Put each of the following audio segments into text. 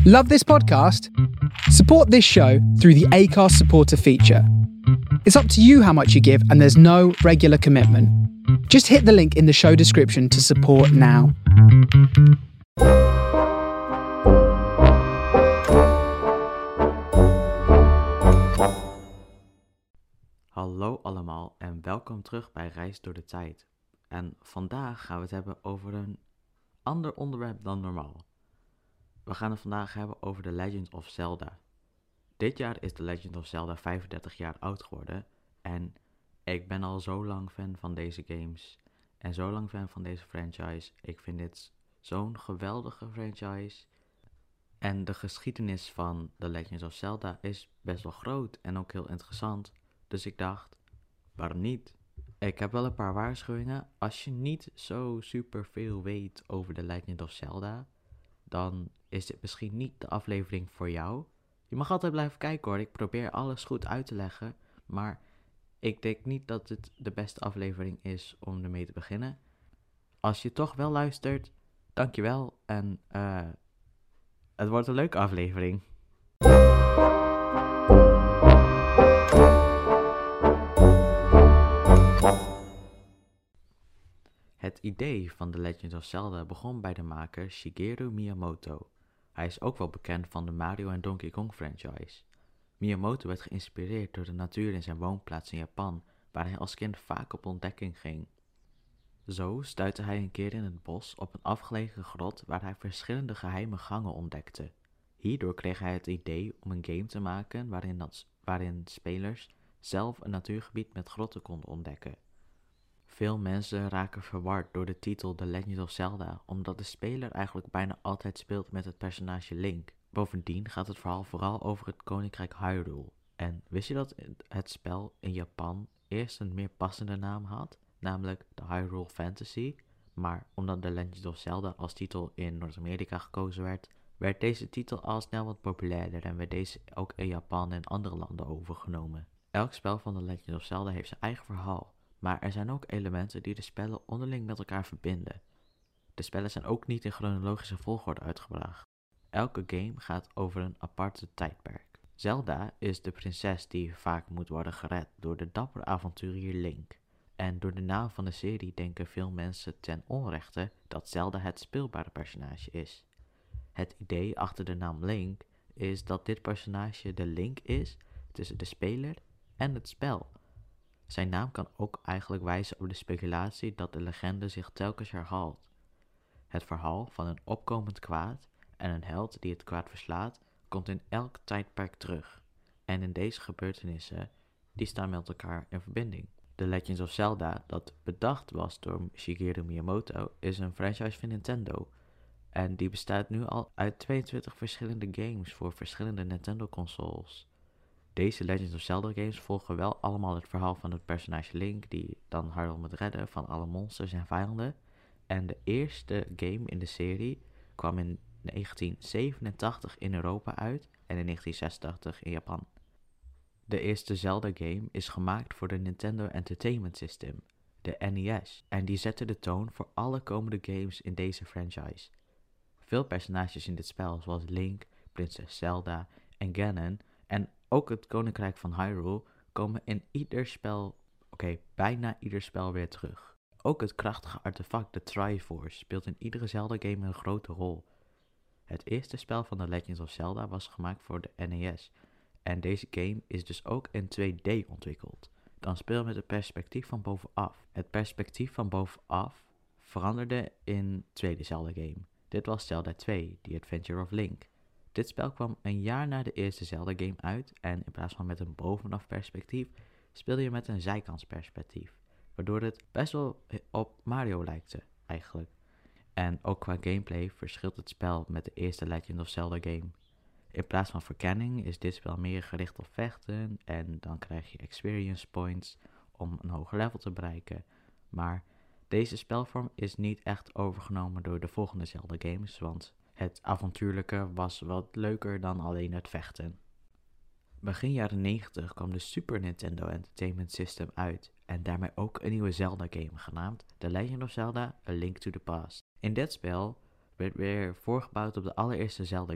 Love this podcast? Support this show through the Acast supporter feature. It's up to you how much you give and there's no regular commitment. Just hit the link in the show description to support now. Hallo allemaal en welkom terug bij Reis door de Tijd. En vandaag gaan we het hebben over een ander onderwerp dan normaal. We gaan het vandaag hebben over The Legend of Zelda. Dit jaar is The Legend of Zelda 35 jaar oud geworden en ik ben al zo lang fan van deze games en zo lang fan van deze franchise. Ik vind dit zo'n geweldige franchise en de geschiedenis van The Legend of Zelda is best wel groot en ook heel interessant. Dus ik dacht, waarom niet? Ik heb wel een paar waarschuwingen. Als je niet zo super veel weet over The Legend of Zelda, dan is dit misschien niet de aflevering voor jou. Je mag altijd blijven kijken hoor. Ik probeer alles goed uit te leggen. Maar ik denk niet dat het de beste aflevering is om ermee te beginnen. Als je toch wel luistert, dankjewel. En het wordt een leuke aflevering. Het idee van The Legend of Zelda begon bij de maker Shigeru Miyamoto. Hij is ook wel bekend van de Mario en Donkey Kong franchise. Miyamoto werd geïnspireerd door de natuur in zijn woonplaats in Japan, waar hij als kind vaak op ontdekking ging. Zo stuitte hij een keer in het bos op een afgelegen grot waar hij verschillende geheime gangen ontdekte. Hierdoor kreeg hij het idee om een game te maken waarin spelers zelf een natuurgebied met grotten konden ontdekken. Veel mensen raken verward door de titel The Legend of Zelda, omdat de speler eigenlijk bijna altijd speelt met het personage Link. Bovendien gaat het verhaal vooral over het koninkrijk Hyrule. En wist je dat het spel in Japan eerst een meer passende naam had, namelijk The Hyrule Fantasy, maar omdat The Legend of Zelda als titel in Noord-Amerika gekozen werd deze titel al snel wat populairder en werd deze ook in Japan en andere landen overgenomen. Elk spel van The Legend of Zelda heeft zijn eigen verhaal. Maar er zijn ook elementen die de spellen onderling met elkaar verbinden. De spellen zijn ook niet in chronologische volgorde uitgebracht. Elke game gaat over een aparte tijdperk. Zelda is de prinses die vaak moet worden gered door de dappere avonturier Link. En door de naam van de serie denken veel mensen ten onrechte dat Zelda het speelbare personage is. Het idee achter de naam Link is dat dit personage de link is tussen de speler en het spel. Zijn naam kan ook eigenlijk wijzen op de speculatie dat de legende zich telkens herhaalt. Het verhaal van een opkomend kwaad en een held die het kwaad verslaat, komt in elk tijdperk terug. En in deze gebeurtenissen, die staan met elkaar in verbinding. The Legend of Zelda, dat bedacht was door Shigeru Miyamoto, is een franchise van Nintendo. En die bestaat nu al uit 22 verschillende games voor verschillende Nintendo-consoles. Deze Legend of Zelda games volgen wel allemaal het verhaal van het personage Link, die dan Hyrule moet redden van alle monsters en vijanden. En de eerste game in de serie kwam in 1987 in Europa uit en in 1986 in Japan. De eerste Zelda game is gemaakt voor de Nintendo Entertainment System, de NES, en die zette de toon voor alle komende games in deze franchise. Veel personages in dit spel, zoals Link, prinses Zelda en Ganon en ook het koninkrijk van Hyrule, komen in bijna ieder spel weer terug. Ook het krachtige artefact, de Triforce, speelt in iedere Zelda-game een grote rol. Het eerste spel van The Legend of Zelda was gemaakt voor de NES. En deze game is dus ook in 2D ontwikkeld. Dan speel je met het perspectief van bovenaf. Het perspectief van bovenaf veranderde in tweede Zelda-game. Dit was Zelda 2, The Adventure of Link. Dit spel kwam een jaar na de eerste Zelda-game uit en in plaats van met een bovenaf perspectief speelde je met een zijkantsperspectief, waardoor het best wel op Mario lijkte eigenlijk. En ook qua gameplay verschilt het spel met de eerste Legend of Zelda game. In plaats van verkenning is dit spel meer gericht op vechten en dan krijg je experience points om een hoger level te bereiken. Maar deze spelvorm is niet echt overgenomen door de volgende Zelda games, want het avontuurlijke was wat leuker dan alleen het vechten. Begin jaren 90 kwam de Super Nintendo Entertainment System uit en daarmee ook een nieuwe Zelda-game genaamd The Legend of Zelda: A Link to the Past. In dit spel werd weer voorgebouwd op de allereerste Zelda-game,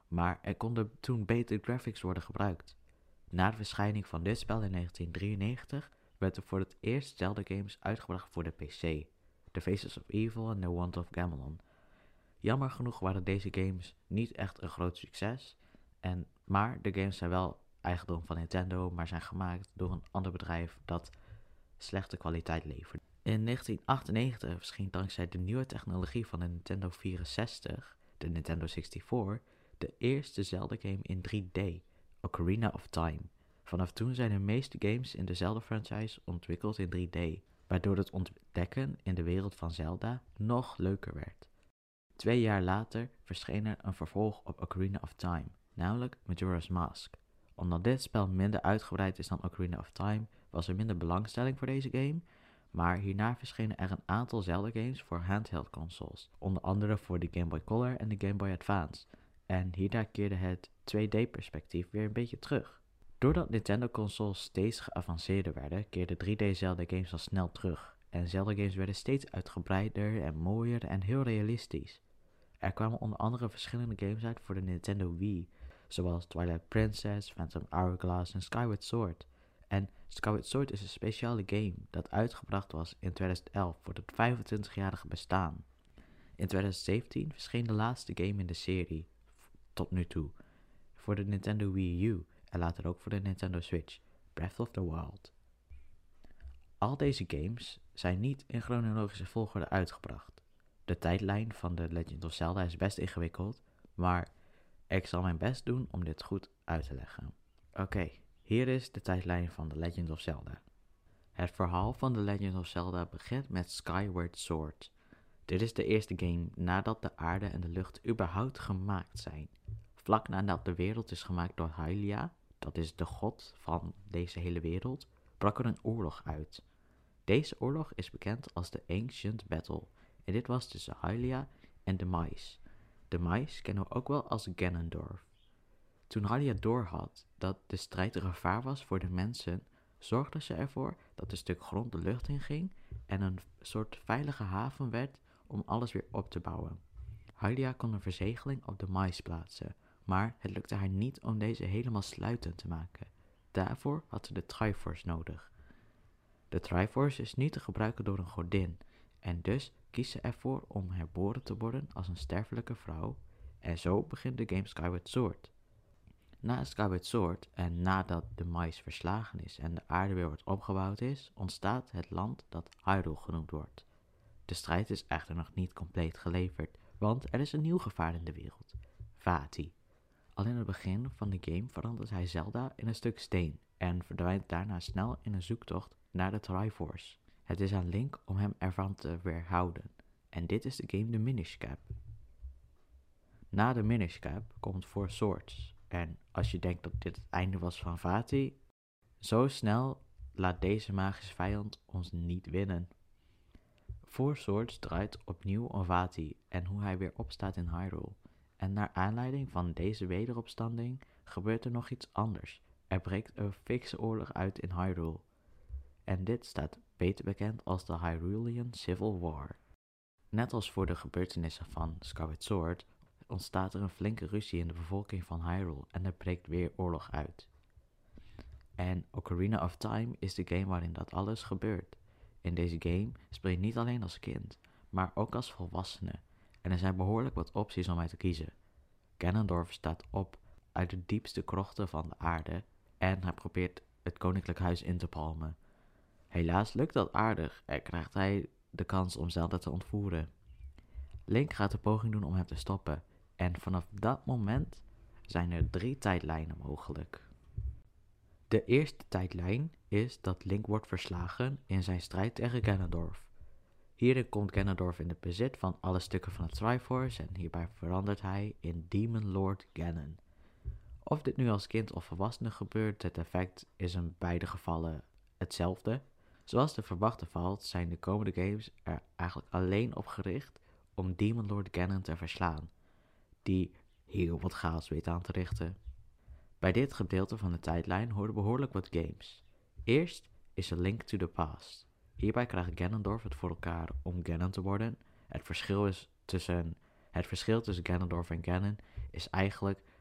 maar er konden toen betere graphics worden gebruikt. Na de verschijning van dit spel in 1993 werd er voor het eerst Zelda-games uitgebracht voor de PC, The Faces of Evil en The Wand of Gamelon. Jammer genoeg waren deze games niet echt een groot succes, maar de games zijn wel eigendom van Nintendo, maar zijn gemaakt door een ander bedrijf dat slechte kwaliteit levert. In 1998 verscheen dankzij de nieuwe technologie van de Nintendo 64, de Nintendo 64, de eerste Zelda-game in 3D, Ocarina of Time. Vanaf toen zijn de meeste games in de Zelda-franchise ontwikkeld in 3D, waardoor het ontdekken in de wereld van Zelda nog leuker werd. 2 jaar later verscheen er een vervolg op Ocarina of Time, namelijk Majora's Mask. Omdat dit spel minder uitgebreid is dan Ocarina of Time, was er minder belangstelling voor deze game, maar hierna verschenen er een aantal Zelda-games voor handheld consoles, onder andere voor de Game Boy Color en de Game Boy Advance, en hierna keerde het 2D-perspectief weer een beetje terug. Doordat Nintendo-consoles steeds geavanceerder werden, keerden 3D Zelda-games al snel terug, en Zelda-games werden steeds uitgebreider en mooier en heel realistisch. Er kwamen onder andere verschillende games uit voor de Nintendo Wii, zoals Twilight Princess, Phantom Hourglass en Skyward Sword. En Skyward Sword is een speciale game dat uitgebracht was in 2011 voor het 25-jarige bestaan. In 2017 verscheen de laatste game in de serie, tot nu toe, voor de Nintendo Wii U en later ook voor de Nintendo Switch, Breath of the Wild. Al deze games zijn niet in chronologische volgorde uitgebracht. De tijdlijn van The Legend of Zelda is best ingewikkeld, maar ik zal mijn best doen om dit goed uit te leggen. Oké, hier is de tijdlijn van The Legend of Zelda. Het verhaal van The Legend of Zelda begint met Skyward Sword. Dit is de eerste game nadat de aarde en de lucht überhaupt gemaakt zijn. Vlak nadat de wereld is gemaakt door Hylia, dat is de god van deze hele wereld, brak er een oorlog uit. Deze oorlog is bekend als de Ancient Battle en dit was tussen Hylia en de Mais. De Mais kennen we ook wel als Ganondorf. Toen Hylia doorhad dat de strijd een gevaar was voor de mensen, zorgde ze ervoor dat een stuk grond de lucht in ging en een soort veilige haven werd om alles weer op te bouwen. Hylia kon een verzegeling op de Mais plaatsen, maar het lukte haar niet om deze helemaal sluitend te maken. Daarvoor had ze de Triforce nodig. De Triforce is niet te gebruiken door een godin en dus kiest ze ervoor om herboren te worden als een sterfelijke vrouw en zo begint de game Skyward Sword. Na Skyward Sword en nadat de Mais verslagen is en de aarde weer wordt opgebouwd is, ontstaat het land dat Hyrule genoemd wordt. De strijd is echter nog niet compleet geleverd, want er is een nieuw gevaar in de wereld, Vati. Al in het begin van de game verandert hij Zelda in een stuk steen en verdwijnt daarna snel in een zoektocht naar de Triforce. Het is aan Link om hem ervan te weerhouden en dit is de game The Minish Cap. Na de Minish Cap komt Four Swords en als je denkt dat dit het einde was van Vati, zo snel laat deze magische vijand ons niet winnen. Four Swords draait opnieuw om Vati en hoe hij weer opstaat in Hyrule. En naar aanleiding van deze wederopstanding gebeurt er nog iets anders. Er breekt een fikse oorlog uit in Hyrule. En dit staat beter bekend als de Hyrulean Civil War. Net als voor de gebeurtenissen van Skyward Sword ontstaat er een flinke ruzie in de bevolking van Hyrule en er breekt weer oorlog uit. En Ocarina of Time is de game waarin dat alles gebeurt. In deze game speel je niet alleen als kind, maar ook als volwassene. En er zijn behoorlijk wat opties om uit te kiezen. Ganondorf staat op uit de diepste krochten van de aarde en hij probeert het koninklijk huis in te palmen. Helaas lukt dat aardig en krijgt hij de kans om Zelda te ontvoeren. Link gaat de poging doen om hem te stoppen en vanaf dat moment zijn er 3 tijdlijnen mogelijk. De eerste tijdlijn is dat Link wordt verslagen in zijn strijd tegen Ganondorf. Hierin komt Ganondorf in het bezit van alle stukken van de Triforce en hierbij verandert hij in Demon Lord Ganon. Of dit nu als kind of volwassene gebeurt, het effect is in beide gevallen hetzelfde. Zoals de verwachte valt, zijn de komende games er eigenlijk alleen op gericht om Demon Lord Ganon te verslaan, die heel wat chaos weet aan te richten. Bij dit gedeelte van de tijdlijn horen behoorlijk wat games. Eerst is er Link to the Past. Hierbij krijgt Ganondorf het voor elkaar om Ganon te worden. Het verschil tussen Ganondorf en Ganon is eigenlijk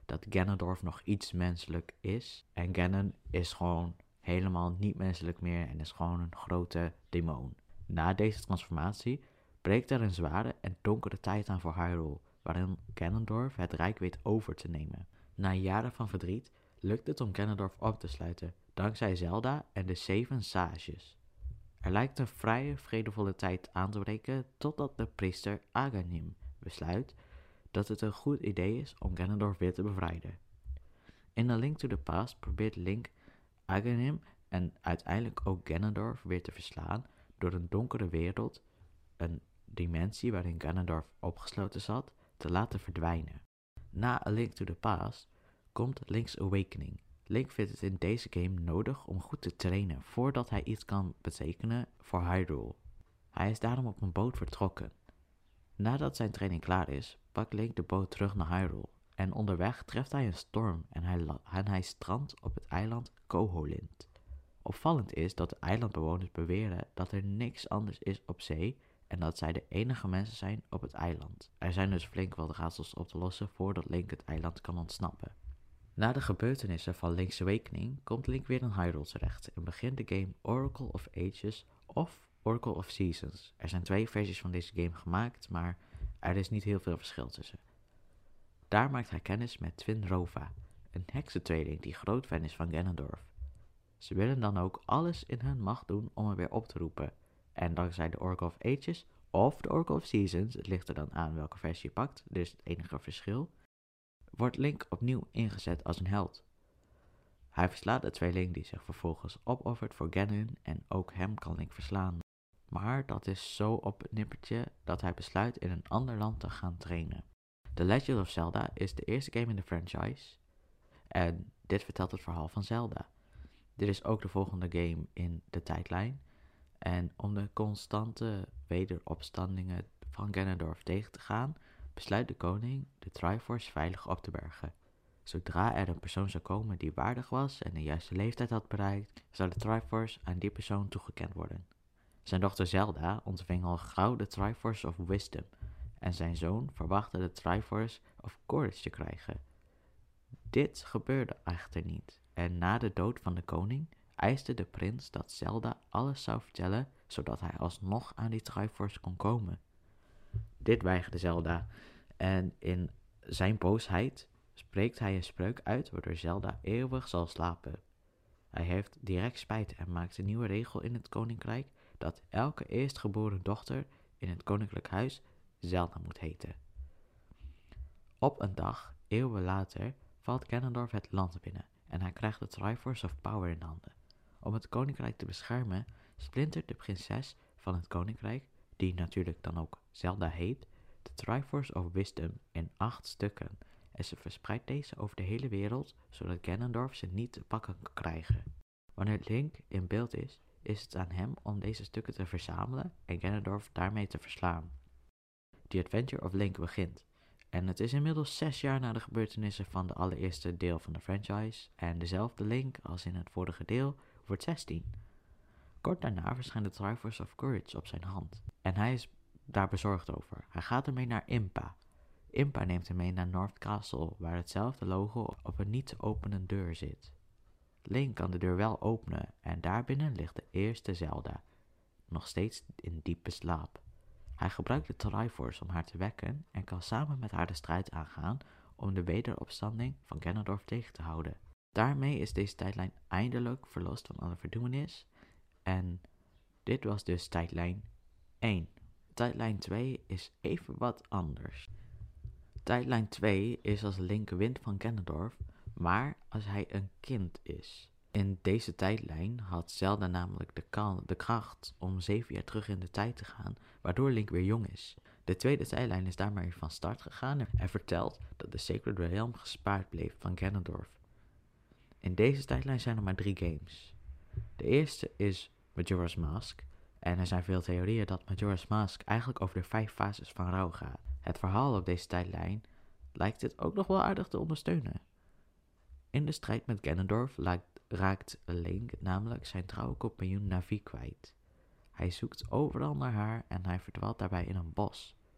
dat Ganondorf nog iets menselijk is. En Ganon is gewoon helemaal niet menselijk meer en is gewoon een grote demon. Na deze transformatie breekt er een zware en donkere tijd aan voor Hyrule, waarin Ganondorf het rijk weet over te nemen. Na jaren van verdriet lukt het om Ganondorf op te sluiten, dankzij Zelda en de 7 sages. Er lijkt een vrije, vredevolle tijd aan te breken totdat de priester Aghanim besluit dat het een goed idee is om Ganondorf weer te bevrijden. In A Link to the Past probeert Link Aghanim en uiteindelijk ook Ganondorf weer te verslaan door een donkere wereld, een dimensie waarin Ganondorf opgesloten zat, te laten verdwijnen. Na A Link to the Past komt Link's Awakening. Link vindt het in deze game nodig om goed te trainen voordat hij iets kan betekenen voor Hyrule. Hij is daarom op een boot vertrokken. Nadat zijn training klaar is, pakt Link de boot terug naar Hyrule en onderweg treft hij een storm en hij strandt op het eiland Koholint. Opvallend is dat de eilandbewoners beweren dat er niks anders is op zee en dat zij de enige mensen zijn op het eiland. Er zijn dus flink wat raadsels op te lossen voordat Link het eiland kan ontsnappen. Na de gebeurtenissen van Link's Awakening komt Link weer in Hyrule terecht en begint de game Oracle of Ages of Oracle of Seasons. Er zijn 2 versies van deze game gemaakt, maar er is niet heel veel verschil tussen. Daar maakt hij kennis met Twin Rova, een heksentweeling die groot fan is van Ganondorf. Ze willen dan ook alles in hun macht doen om hem weer op te roepen. En dankzij de Oracle of Ages of de Oracle of Seasons, het ligt er dan aan welke versie je pakt, dus het enige verschil, wordt Link opnieuw ingezet als een held. Hij verslaat de tweeling die zich vervolgens opoffert voor Ganon en ook hem kan Link verslaan. Maar dat is zo op het nippertje dat hij besluit in een ander land te gaan trainen. The Legend of Zelda is de eerste game in de franchise en dit vertelt het verhaal van Zelda. Dit is ook de volgende game in de tijdlijn en om de constante wederopstandingen van Ganondorf tegen te gaan, besluit de koning de Triforce veilig op te bergen. Zodra er een persoon zou komen die waardig was en de juiste leeftijd had bereikt, zou de Triforce aan die persoon toegekend worden. Zijn dochter Zelda ontving al gauw de Triforce of Wisdom en zijn zoon verwachtte de Triforce of Courage te krijgen. Dit gebeurde echter niet en na de dood van de koning eiste de prins dat Zelda alles zou vertellen zodat hij alsnog aan die Triforce kon komen. Dit weigerde Zelda en in zijn boosheid spreekt hij een spreuk uit waardoor Zelda eeuwig zal slapen. Hij heeft direct spijt en maakt een nieuwe regel in het koninkrijk dat elke eerstgeboren dochter in het koninklijk huis Zelda moet heten. Op een dag, eeuwen later, valt Ganondorf het land binnen en hij krijgt de Triforce of Power in handen. Om het koninkrijk te beschermen, splintert de prinses van het koninkrijk, die natuurlijk dan ook Zelda heet, de Triforce of Wisdom in 8 stukken en ze verspreidt deze over de hele wereld, zodat Ganondorf ze niet te pakken kan krijgen. Wanneer Link in beeld is, is het aan hem om deze stukken te verzamelen en Ganondorf daarmee te verslaan. The Adventure of Link begint. En het is inmiddels 6 jaar na de gebeurtenissen van de allereerste deel van de franchise en dezelfde Link als in het vorige deel wordt 16. Kort daarna verschijnt de Triforce of Courage op zijn hand en hij is daar bezorgd over. Hij gaat ermee naar Impa. Impa neemt hem mee naar North Castle, waar hetzelfde logo op een niet te openen deur zit. Link kan de deur wel openen en daarbinnen ligt de eerste Zelda, nog steeds in diepe slaap. Hij gebruikt de Triforce om haar te wekken en kan samen met haar de strijd aangaan om de wederopstanding van Ganondorf tegen te houden. Daarmee is deze tijdlijn eindelijk verlost van alle verdoemenis en dit was dus tijdlijn 1. Tijdlijn 2 is even wat anders. Tijdlijn 2 is als Link wint van Ganondorf, maar als hij een kind is. In deze tijdlijn had Zelda namelijk de kracht om 7 jaar terug in de tijd te gaan, waardoor Link weer jong is. De tweede tijdlijn is daarmee van start gegaan en vertelt dat de Sacred Realm gespaard bleef van Ganondorf. In deze tijdlijn zijn er maar 3 games. De eerste is Majora's Mask en er zijn veel theorieën dat Majora's Mask eigenlijk over de 5 fases van rouw gaat. Het verhaal op deze tijdlijn lijkt dit ook nog wel aardig te ondersteunen. In de strijd met Ganondorf raakt Link namelijk zijn trouwe compagnon Navi kwijt. Hij zoekt overal naar haar en hij verdwaalt daarbij in een bos.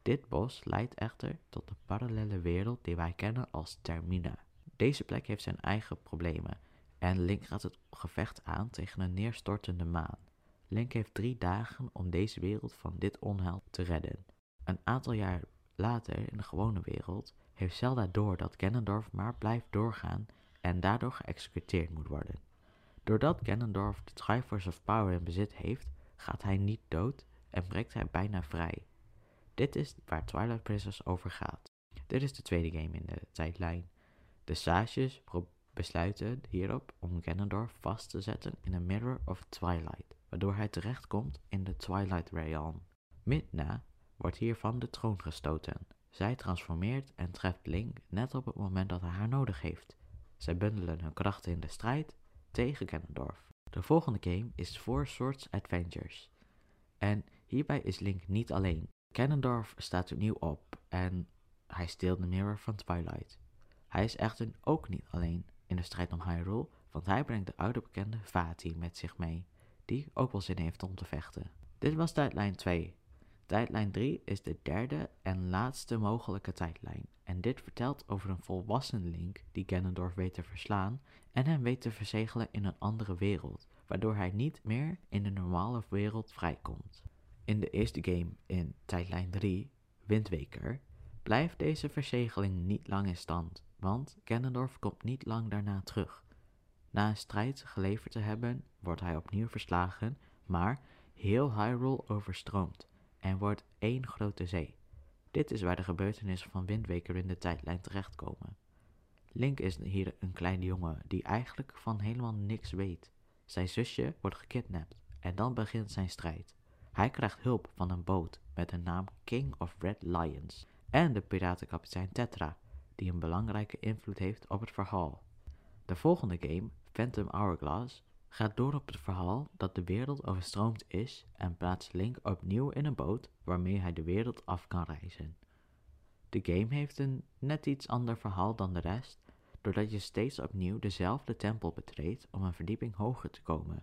Dit bos leidt echter tot de parallele wereld die wij kennen als Termina. Deze plek heeft zijn eigen problemen en Link gaat het gevecht aan tegen een neerstortende maan. Link heeft 3 dagen om deze wereld van dit onheil te redden. Een aantal jaar later, in de gewone wereld, heeft Zelda door dat Ganondorf maar blijft doorgaan en daardoor geëxecuteerd moet worden. Doordat Ganondorf de Triforce of Power in bezit heeft, gaat hij niet dood en breekt hij bijna vrij. Dit is waar Twilight Princess over gaat. Dit is de tweede game in de tijdlijn. De sages besluiten hierop om Ganondorf vast te zetten in een Mirror of Twilight, waardoor hij terechtkomt in de Twilight Realm. Midna wordt hiervan de troon gestoten. Zij transformeert en treft Link net op het moment dat hij haar nodig heeft. Zij bundelen hun krachten in de strijd tegen Ganondorf. De volgende game is Four Swords Adventures. En hierbij is Link niet alleen. Ganondorf staat opnieuw op en hij steelt de Mirror van Twilight. Hij is echter ook niet alleen in de strijd om Hyrule, want hij brengt de oude bekende Vati met zich mee, die ook wel zin heeft om te vechten. Dit was tijdlijn 2. Tijdlijn 3 is de derde en laatste mogelijke tijdlijn. En dit vertelt over een volwassen Link die Ganondorf weet te verslaan en hem weet te verzegelen in een andere wereld, waardoor hij niet meer in de normale wereld vrijkomt. In de eerste game in tijdlijn 3, Wind Waker, blijft deze verzegeling niet lang in stand, want Ganondorf komt niet lang daarna terug. Na een strijd geleverd te hebben, wordt hij opnieuw verslagen, maar heel Hyrule overstroomt en wordt één grote zee. Dit is waar de gebeurtenissen van Wind Waker in de tijdlijn terechtkomen. Link is hier een kleine jongen die eigenlijk van helemaal niks weet. Zijn zusje wordt gekidnapt en dan begint zijn strijd. Hij krijgt hulp van een boot met de naam King of Red Lions en de piratenkapitein Tetra, die een belangrijke invloed heeft op het verhaal. De volgende game, Phantom Hourglass, gaat door op het verhaal dat de wereld overstroomd is en plaatst Link opnieuw in een boot waarmee hij de wereld af kan reizen. De game heeft een net iets ander verhaal dan de rest, doordat je steeds opnieuw dezelfde tempel betreedt om een verdieping hoger te komen.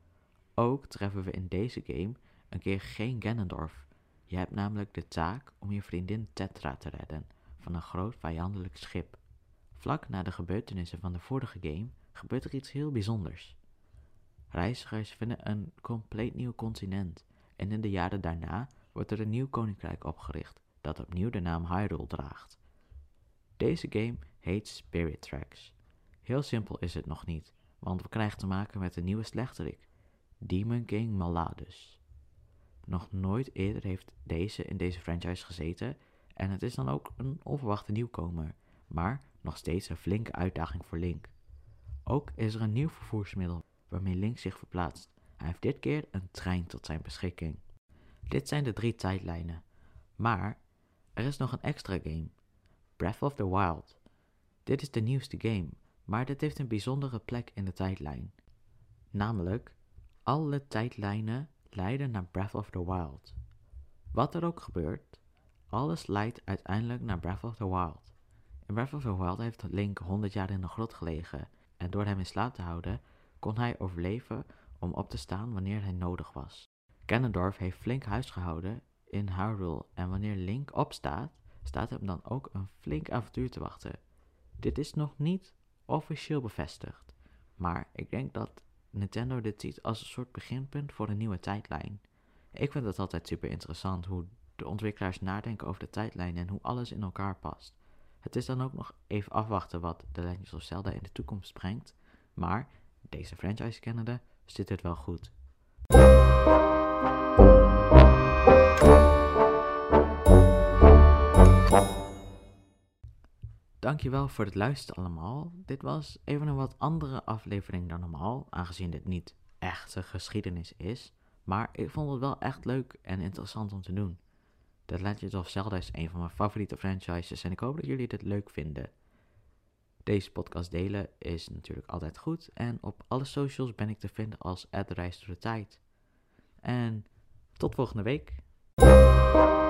Ook treffen we in deze game een keer geen Ganondorf. Je hebt namelijk de taak om je vriendin Tetra te redden van een groot vijandelijk schip. Vlak na de gebeurtenissen van de vorige game gebeurt er iets heel bijzonders. Reizigers vinden een compleet nieuw continent en in de jaren daarna wordt er een nieuw koninkrijk opgericht dat opnieuw de naam Hyrule draagt. Deze game heet Spirit Tracks. Heel simpel is het nog niet, want we krijgen te maken met een nieuwe slechterik, Demon King Maladus. Nog nooit eerder heeft deze in deze franchise gezeten en het is dan ook een onverwachte nieuwkomer, maar nog steeds een flinke uitdaging voor Link. Ook is er een nieuw vervoersmiddel waarmee Link zich verplaatst. Hij heeft dit keer een trein tot zijn beschikking. Dit zijn de 3 tijdlijnen, maar er is nog een extra game, Breath of the Wild. Dit is de nieuwste game, maar dit heeft een bijzondere plek in de tijdlijn. Namelijk, alle tijdlijnen leiden naar Breath of the Wild. Wat er ook gebeurt, alles leidt uiteindelijk naar Breath of the Wild. In Breath of the Wild heeft Link 100 jaar in de grot gelegen en door hem in slaap te houden kon hij overleven om op te staan wanneer hij nodig was. Ganondorf heeft flink huisgehouden in Hyrule en wanneer Link opstaat, staat hem dan ook een flink avontuur te wachten. Dit is nog niet officieel bevestigd, maar ik denk dat Nintendo dit ziet als een soort beginpunt voor een nieuwe tijdlijn. Ik vind het altijd super interessant hoe de ontwikkelaars nadenken over de tijdlijn en hoe alles in elkaar past. Het is dan ook nog even afwachten wat The Legend of Zelda in de toekomst brengt, maar deze franchise kennende zit het wel goed. Dankjewel voor het luisteren allemaal. Dit was even een wat andere aflevering dan normaal, aangezien dit niet echte geschiedenis is. Maar ik vond het wel echt leuk en interessant om te doen. The Legend of Zelda is een van mijn favoriete franchises en ik hoop dat jullie dit leuk vinden. Deze podcast delen is natuurlijk altijd goed en op alle socials ben ik te vinden als @reisdoortetijd. En tot volgende week.